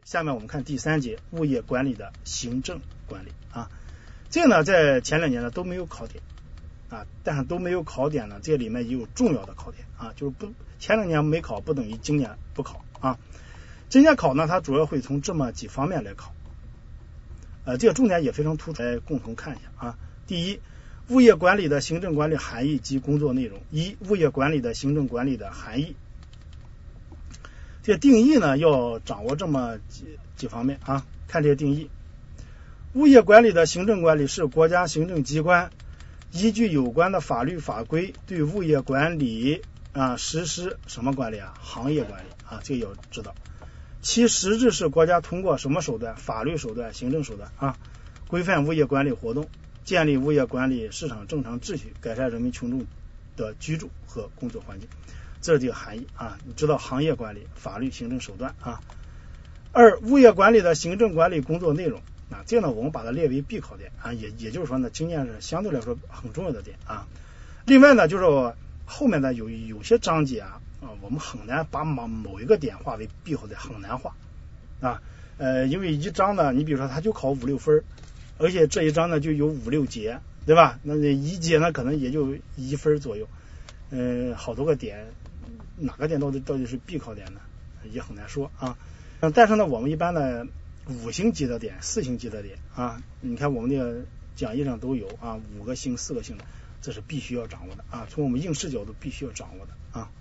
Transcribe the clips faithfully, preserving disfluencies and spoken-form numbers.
下面我们看第三节物业管理的行政管理啊，这个呢在前两年呢都没有考点啊，但是都没有考点呢，这里面也有重要的考点啊，就是不前两年没考不等于今年不考啊。今年考呢，它主要会从这么几方面来考，呃，这个重点也非常突出，来共同看一下啊。第一，物业管理的行政管理含义及工作内容。一、物业管理的行政管理的含义。这个定义呢，要掌握这么几几方面啊。看这个定义，物业管理的行政管理是国家行政机关依据有关的法律法规对物业管理啊实施什么管理啊？行业管理啊，这个要知道。其实质是国家通过什么手段？法律手段、行政手段啊，规范物业管理活动，建立物业管理市场正常秩序，改善人民群众的居住和工作环境。这是这个含义啊，你知道行业管理、法律、行政手段啊。二、物业管理的行政管理工作内容啊，这个呢我们把它列为必考点啊，也也就是说呢，今年是相对来说很重要的点啊。另外呢，就是后面呢有有些章节啊，啊我们很难把某某一个点划为必考点，很难划啊。呃，因为一章呢，你比如说它就考五六分，而且这一章呢就有五六节，对吧？那一节呢可能也就一分左右，嗯、呃，好多个点。哪个点到底到底是必考点呢？也很难说啊。但是呢，我们一般呢，五星级的点、四星级的点啊，你看我们那个讲义上都有啊，五个星、四个星的，这是必须要掌握的啊。从我们应试角度必须要掌握的啊。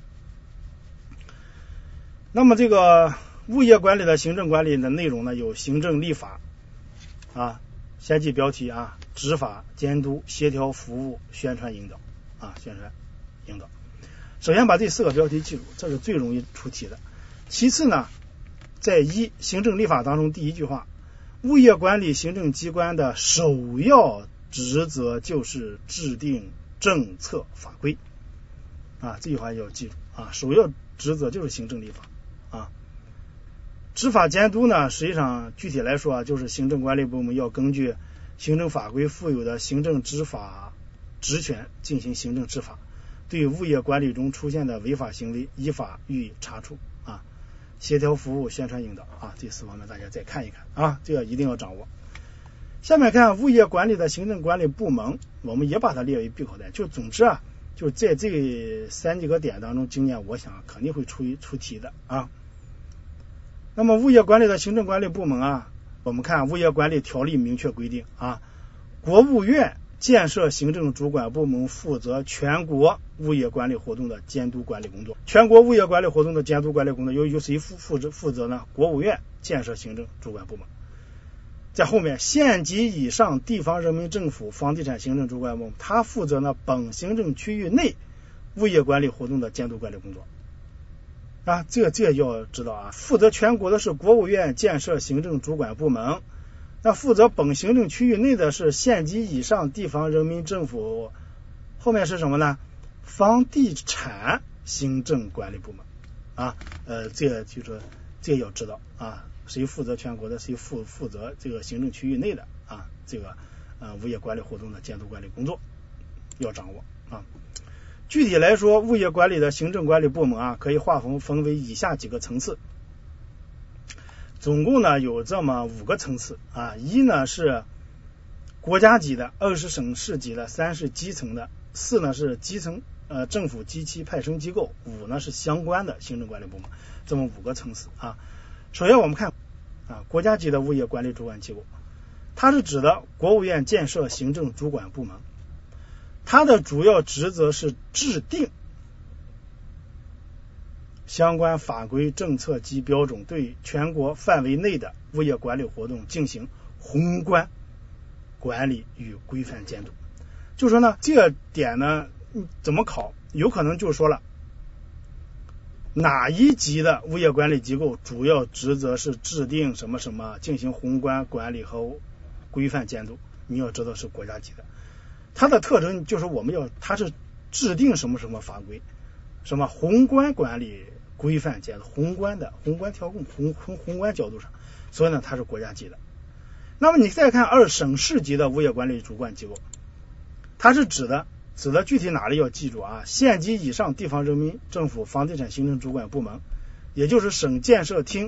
那么这个物业管理的行政管理的内容呢，有行政立法啊，先记标题啊，执法、监督、协调、服务、宣传、引导啊，宣传、引导。首先把这四个标题记住，这是最容易出题的。其次呢，在一行政立法当中第一句话，物业管理行政机关的首要职责就是制定政策法规啊，这句话要记住啊，首要职责就是行政立法啊。执法监督呢，实际上具体来说啊，就是行政管理部门要根据行政法规赋有的行政执法职权进行行政执法，对物业管理中出现的违法行为依法予以查处啊。协调服务、宣传引导啊，这四方面大家再看一看啊，这个一定要掌握。下面看物业管理的行政管理部门，我们也把它列为必考点。就总之啊，就在这三几个点当中，今年我想肯定会出出题的啊。那么物业管理的行政管理部门啊，我们看物业管理条例明确规定啊，国务院建设行政主管部门负责全国物业管理活动的监督管理工作。全国物业管理活动的监督管理工作由由谁负负责负责呢？国务院建设行政主管部门。在后面，县级以上地方人民政府房地产行政主管部门，他负责呢本行政区域内物业管理活动的监督管理工作。啊，这个这个要知道啊，负责全国的是国务院建设行政主管部门。那负责本行政区域内的是县级以上地方人民政府，后面是什么呢？房地产行政管理部门啊，呃，这个就是这个要知道啊，谁负责全国的，谁负负责这个行政区域内的啊，这个呃物业管理活动的监督管理工作要掌握啊。具体来说，物业管理的行政管理部门啊，可以划分分为以下几个层次。总共呢有这么五个层次啊，一呢是国家级的，二是省市级的，三是基层的，四呢是基层呃政府机器派生机构，五呢是相关的行政管理部门，这么五个层次啊。首先我们看啊国家级的物业管理主管机构，它是指的国务院建设行政主管部门，它的主要职责是制定相关法规、政策及标准，对全国范围内的物业管理活动进行宏观管理与规范监督。就说呢，这个点呢，怎么考？有可能就说了，哪一级的物业管理机构主要职责是制定什么什么，进行宏观管理和规范监督？你要知道是国家级的，它的特征就是我们要，它是制定什么什么法规，什么宏观管理。规范监督，宏观的宏观调控，宏宏宏观角度上，所以呢它是国家级的。那么你再看二省市级的物业管理主管机构，它是指的指的具体哪里要记住啊？县级以上地方人民政府房地产行政主管部门，也就是省建设厅、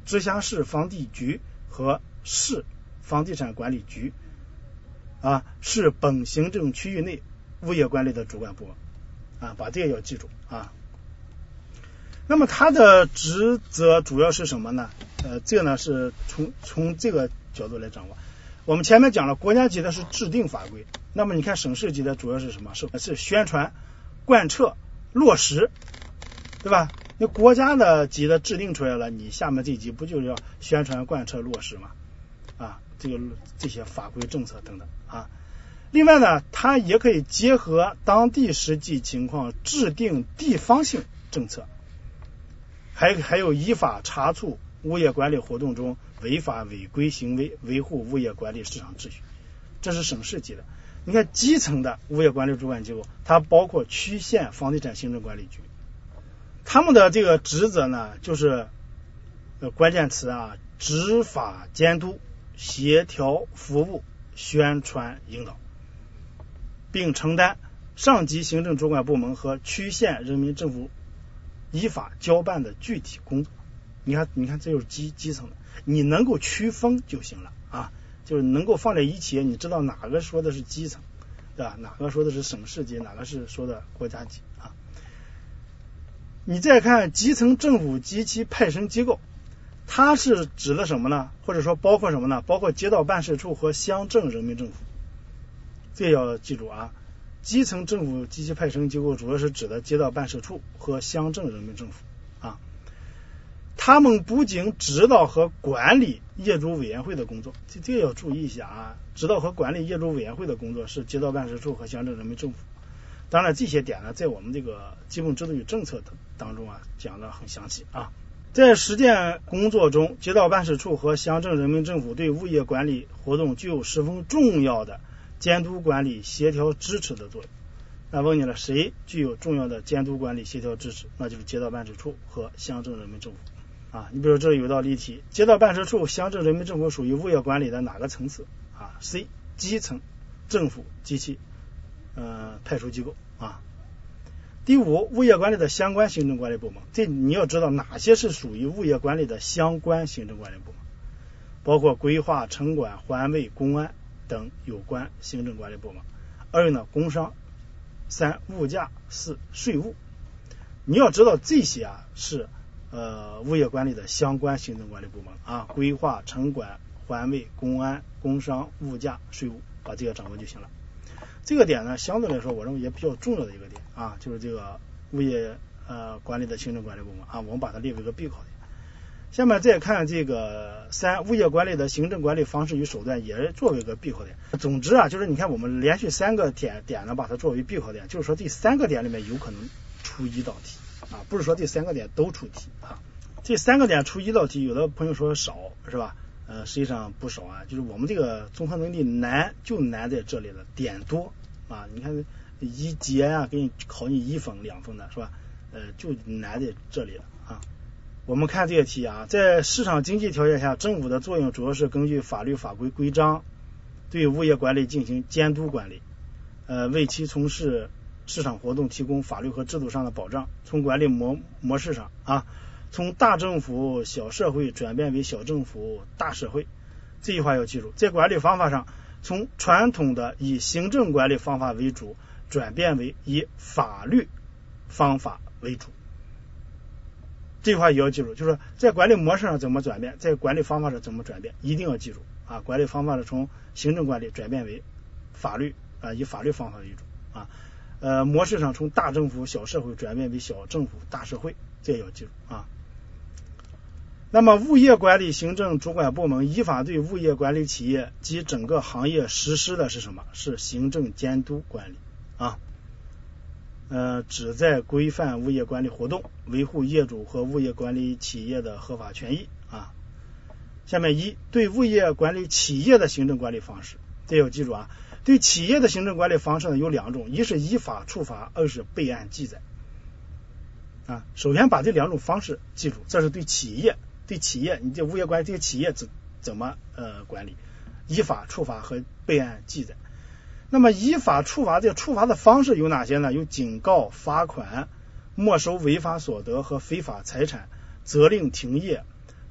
直辖市房地局和市房地产管理局啊，是本行政区域内物业管理的主管部门啊，把这个要记住啊。那么它的职责主要是什么呢？呃，这个呢是从从这个角度来掌握。我们前面讲了，国家级的是制定法规，那么你看省市级的主要是什么？是是宣传、贯彻、落实，对吧？那国家的级的制定出来了，你下面这级不就是要宣传、贯彻、落实吗？啊，这个这些法规政策等等啊。另外呢，它也可以结合当地实际情况制定地方性政策，还还有依法查处物业管理活动中违法违规行为，维护物业管理市场秩序，这是省市级的。你看基层的物业管理主管机构，它包括区县房地产行政管理局，他们的这个职责呢，就是呃关键词啊，执法监督、协调服务、宣传引导，并承担上级行政主管部门和区县人民政府依法交办的具体工作。你看，你看，这就是基基层的，你能够区分就行了啊，就是能够放在一起，你知道哪个说的是基层，对吧？哪个说的是省市级，哪个是说的国家级啊？你再看基层政府及其派生机构，它是指的什么呢？或者说包括什么呢？包括街道办事处和乡镇人民政府，这要记住啊。基层政府及其派生机构主要是指的街道办事处和乡镇人民政府啊。他们不仅指导和管理业主委员会的工作，这这个要注意一下啊。指导和管理业主委员会的工作是街道办事处和乡镇人民政府。当然这些点呢，在我们这个基本制度与政策当中啊讲的很详细啊。在实践工作中，街道办事处和乡镇人民政府对物业管理活动具有十分重要的监督管理、协调支持的作用。那问你了，谁具有重要的监督管理、协调支持？那就是街道办事处和乡镇人民政府啊。你比如这里有道例题，街道办事处、乡镇人民政府属于物业管理的哪个层次啊 ？C. 基层政府及其呃派出机构啊。第五，物业管理的相关行政管理部门，这你要知道哪些是属于物业管理的相关行政管理部门，包括规划、城管、环卫、公安等有关行政管理部门。二呢，工商。三，物价。四，税务。你要知道这些啊是呃物业管理的相关行政管理部门啊，规划、城管、环卫、公安、工商、物价、税务，把这个掌握就行了。这个点呢，相对来说我认为也比较重要的一个点啊，就是这个物业呃管理的行政管理部门啊，我们把它列为一个必考点。下面再看这个三，物业管理的行政管理方式与手段也作为一个必考点。总之啊，就是你看我们连续三个点点呢，把它作为必考点，就是说这三个点里面有可能出一道题啊，不是说这三个点都出题啊。这三个点出一道题，有的朋友说少是吧？呃，实际上不少啊，就是我们这个综合能力难就难在这里了，点多啊。你看一节啊，给你考你一分两分的是吧？呃，就难在这里了啊。我们看这个题啊，在市场经济条件下，政府的作用主要是根据法律法规规章对物业管理进行监督管理，呃，为其从事市场活动提供法律和制度上的保障。从管理模模式上啊，从大政府小社会转变为小政府大社会，这句话要记住。在管理方法上，从传统的以行政管理方法为主，转变为以法律方法为主。这句话也要记住，就是在管理模式上怎么转变，在管理方法上怎么转变，一定要记住啊！管理方法是从行政管理转变为法律啊，以法律方法为主啊。呃，模式上从大政府小社会转变为小政府大社会，这也要记住啊。那么，物业管理行政主管部门依法对物业管理企业及整个行业实施的是什么？是行政监督管理啊。呃，旨在规范物业管理活动，维护业主和物业管理企业的合法权益啊。下面一，对物业管理企业的行政管理方式，这要记住啊。对企业的行政管理方式呢有两种，一是依法处罚，二是备案记载啊。首先把这两种方式记住，这是对企业，对企业，你这物业管理这个企业怎怎么呃管理，依法处罚和备案记载。那么依法处罚，这个处罚的方式有哪些呢？有警告、罚款、没收违法所得和非法财产、责令停业、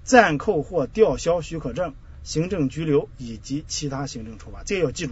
暂扣或吊销许可证、行政拘留以及其他行政处罚，这个要记住。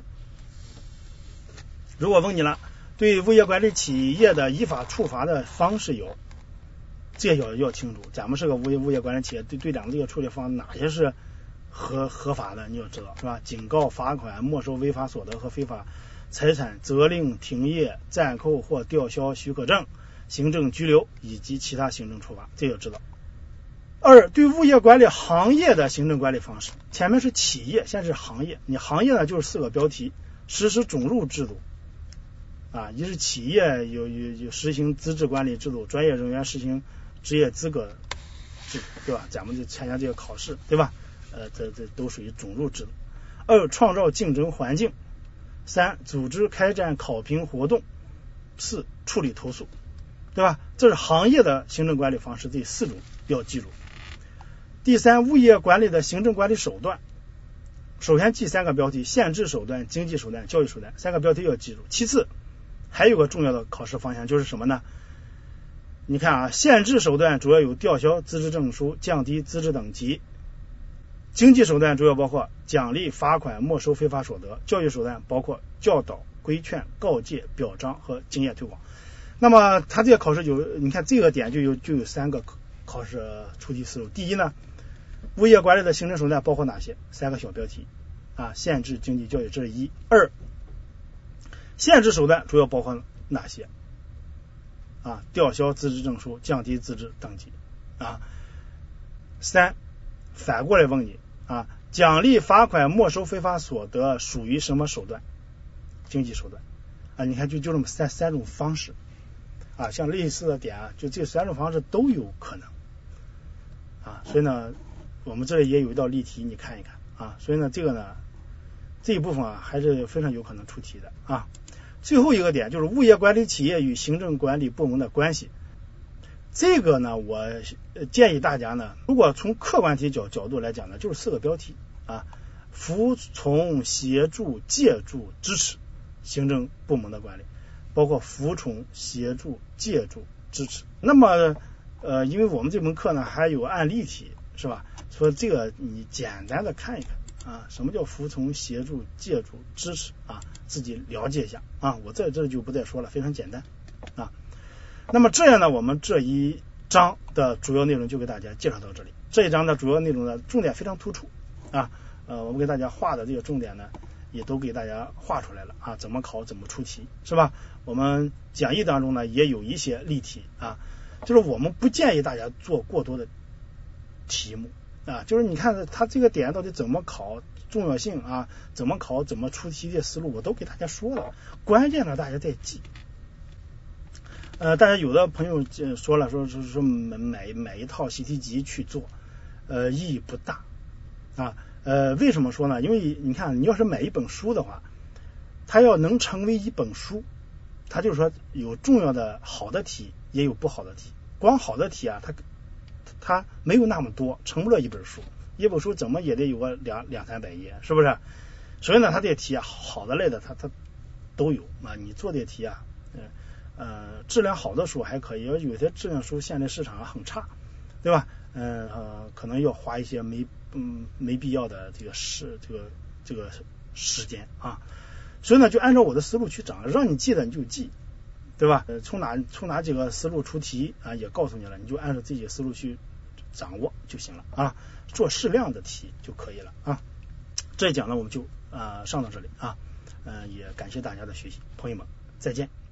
如果问你了，对物业管理企业的依法处罚的方式有，这要要清楚。咱们是个物业物业管理企业，对对咱们这个处理方式哪些是合合法的，你要知道是吧？警告、罚款、没收违法所得和非法财产、责令停业、暂扣或吊销许可证、行政拘留以及其他行政处罚，这要知道。二，对物业管理行业的行政管理方式，前面是企业，现在是行业。你行业呢就是四个标题：实施准入制度啊，一是企业有有有实行资质管理制度，专业人员实行职业资格制度，对吧？咱们就参加这个考试，对吧？呃，这这都属于准入制度。二，创造竞争环境。三，组织开展考评活动。四，处理投诉，对吧？这是行业的行政管理方式，这四种要记住。第三，物业管理的行政管理手段，首先记三个标题：限制手段、经济手段、教育手段，三个标题要记住。其次，还有个重要的考试方向就是什么呢？你看啊，限制手段主要有吊销资质证书、降低资质等级；经济手段主要包括奖励、罚款、没收非法所得；教育手段包括教导、规劝、告诫、表彰和经验推广。那么它这个考试有，你看这个点就有就有三个考试出题思路。第一呢，物业管理的行政手段包括哪些？三个小标题啊，限制、经济、教育，这是一。二，限制手段主要包括哪些？啊，吊销资质证书、降低资质等级啊。三，反过来问你啊，奖励、罚款、没收非法所得属于什么手段？经济手段啊。你看就就这么三三种方式啊，像类似的点啊，就这三种方式都有可能啊。所以呢，我们这里也有一道例题，你看一看啊。所以呢，这个呢，这一部分啊还是非常有可能出题的啊。最后一个点就是物业管理企业与行政管理部门的关系。这个呢，我建议大家呢，如果从客观题角角度来讲呢，就是四个标题啊：服从、协助、借助、支持行政部门的管理，包括服从、协助、借助、支持。那么呃，因为我们这门课呢还有案例题，是吧？所以这个你简单的看一看啊，什么叫服从、协助、借助、支持啊，自己了解一下啊。我在这就不再说了，非常简单啊。那么这样呢，我们这一章的主要内容就给大家介绍到这里。这一章的主要内容呢，重点非常突出啊。呃，我们给大家画的这个重点呢，也都给大家画出来了啊，怎么考，怎么出题，是吧？我们讲义当中呢，也有一些例题啊，就是我们不建议大家做过多的题目啊，就是你看他这个点到底怎么考，重要性啊，怎么考，怎么出题的思路，我都给大家说了，关键呢大家再记。呃，但是有的朋友说了，说说说买买一套习题集去做，呃，意义不大啊。呃，为什么说呢？因为你看，你要是买一本书的话，它要能成为一本书，它就是说有重要的好的题，也有不好的题。光好的题啊，它它没有那么多，成不了一本书。一本书怎么也得有个两两三百页，是不是？所以呢，它这些题啊，好的类的，它它都有啊。你做这题啊，呃呃，质量好的书还可以，有些质量书现在市场上很差，对吧？嗯 呃, 呃，可能要花一些没嗯没必要的这个时这个这个时间啊。所以呢，就按照我的思路去找，让你记得你就记，对吧？呃，从哪从哪几个思路出题啊，也告诉你了，你就按照自己的思路去掌握就行了啊，做适量的题就可以了啊。这一讲呢，我们就啊、呃、上到这里啊，嗯、呃，也感谢大家的学习，朋友们再见。